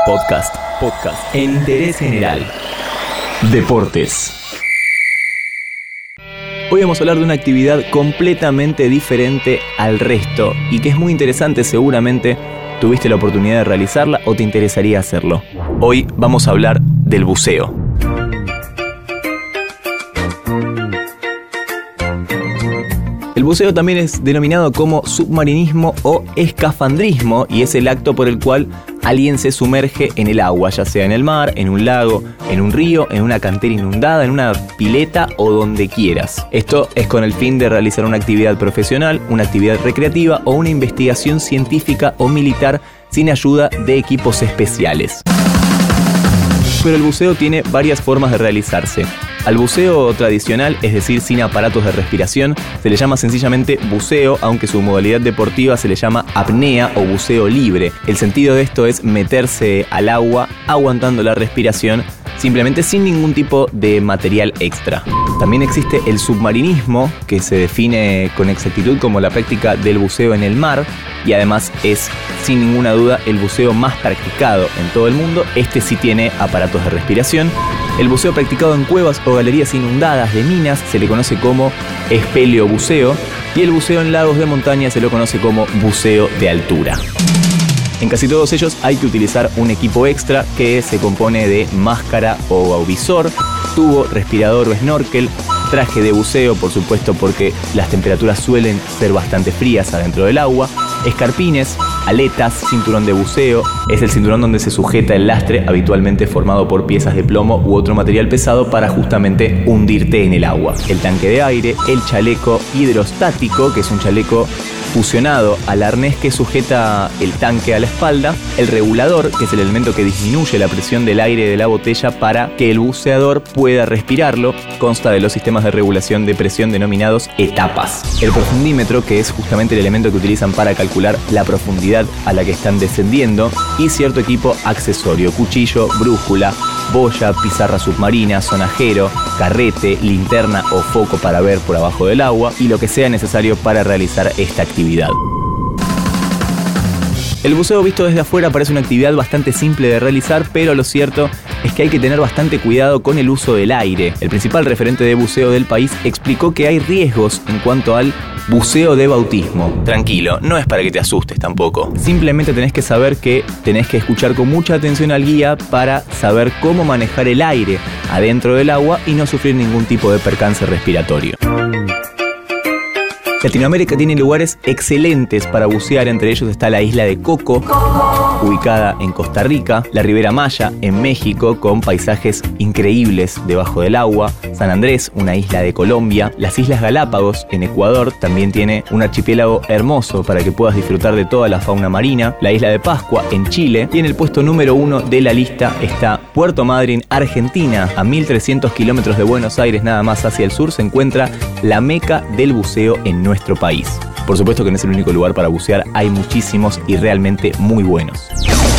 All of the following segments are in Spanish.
Podcast en interés general. Deportes. Hoy vamos a hablar de una actividad completamente diferente al resto y que es muy interesante. Seguramente tuviste la oportunidad de realizarla o te interesaría hacerlo. Hoy vamos a hablar del buceo. El buceo también es denominado como submarinismo o escafandrismo y es el acto por el cual alguien se sumerge en el agua, ya sea en el mar, en un lago, en un río, en una cantera inundada, en una pileta o donde quieras. Esto es con el fin de realizar una actividad profesional, una actividad recreativa o una investigación científica o militar sin ayuda de equipos especiales. Pero el buceo tiene varias formas de realizarse. Al buceo tradicional, es decir, sin aparatos de respiración, se le llama sencillamente buceo, aunque su modalidad deportiva se le llama apnea o buceo libre. El sentido de esto es meterse al agua aguantando la respiración, simplemente sin ningún tipo de material extra. También existe el submarinismo, que se define con exactitud como la práctica del buceo en el mar, y además es, sin ninguna duda, el buceo más practicado en todo el mundo. Este sí tiene aparatos de respiración. El buceo practicado en cuevas o galerías inundadas de minas se le conoce como espeleobuceo, y el buceo en lagos de montaña se lo conoce como buceo de altura. En casi todos ellos hay que utilizar un equipo extra que se compone de máscara o visor, tubo, respirador o snorkel, traje de buceo, por supuesto, porque las temperaturas suelen ser bastante frías adentro del agua, escarpines, aletas, cinturón de buceo, es el cinturón donde se sujeta el lastre, habitualmente formado por piezas de plomo u otro material pesado para justamente hundirte en el agua. El tanque de aire, el chaleco hidrostático, que es un chaleco fusionado al arnés que sujeta el tanque a la espalda, el regulador, que es el elemento que disminuye la presión del aire de la botella para que el buceador pueda respirarlo, consta de los sistemas de regulación de presión denominados etapas. El profundímetro, que es justamente el elemento que utilizan para calcular la profundidad a la que están descendiendo, y cierto equipo accesorio, cuchillo, brújula, boya, pizarra submarina, sonajero, carrete, linterna o foco para ver por abajo del agua y lo que sea necesario para realizar esta actividad. El buceo visto desde afuera parece una actividad bastante simple de realizar, pero lo cierto es que hay que tener bastante cuidado con el uso del aire. El principal referente de buceo del país explicó que hay riesgos en cuanto al buceo de bautismo. Tranquilo, no es para que te asustes tampoco. Simplemente tenés que saber que tenés que escuchar con mucha atención al guía para saber cómo manejar el aire adentro del agua y no sufrir ningún tipo de percance respiratorio. Latinoamérica tiene lugares excelentes para bucear, entre ellos está la isla de Coco, ubicada en Costa Rica, la Ribera Maya en México, con paisajes increíbles debajo del agua, San Andrés, una isla de Colombia, las Islas Galápagos en Ecuador, también tiene un archipiélago hermoso para que puedas disfrutar de toda la fauna marina, la isla de Pascua en Chile, y en el puesto número 1 de la lista está Puerto Madryn, Argentina. A 1300 kilómetros de Buenos Aires nada más hacia el sur se encuentra la meca del buceo en nuestro país. Por supuesto que no es el único lugar para bucear, hay muchísimos y realmente muy buenos.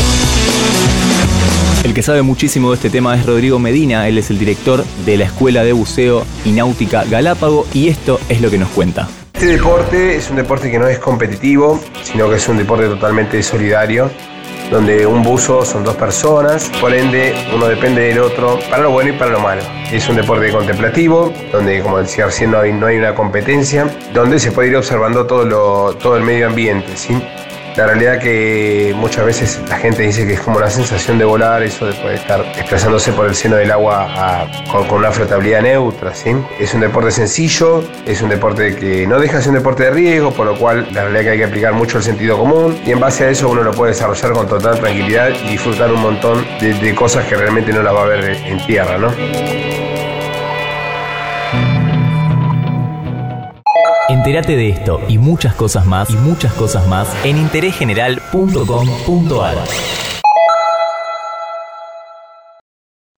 El que sabe muchísimo de este tema es Rodrigo Medina, él es el director de la Escuela de Buceo y Náutica Galápago y esto es lo que nos cuenta. Este deporte es un deporte que no es competitivo, sino que es un deporte totalmente solidario, donde un buzo son dos personas, por ende uno depende del otro para lo bueno y para lo malo. Es un deporte contemplativo, donde, como decía recién, no hay una competencia, donde se puede ir observando todo el medio ambiente, ¿sí? La realidad que muchas veces la gente dice que es como una sensación de volar, eso de poder estar desplazándose por el seno del agua con una flotabilidad neutra, ¿sí? Es un deporte sencillo, es un deporte que no deja de ser un deporte de riesgo, por lo cual la realidad que hay que aplicar mucho el sentido común y en base a eso uno lo puede desarrollar con total tranquilidad y disfrutar un montón de cosas que realmente no las va a ver en tierra, ¿no? Entérate de esto y muchas cosas más en interésgeneral.com.ar.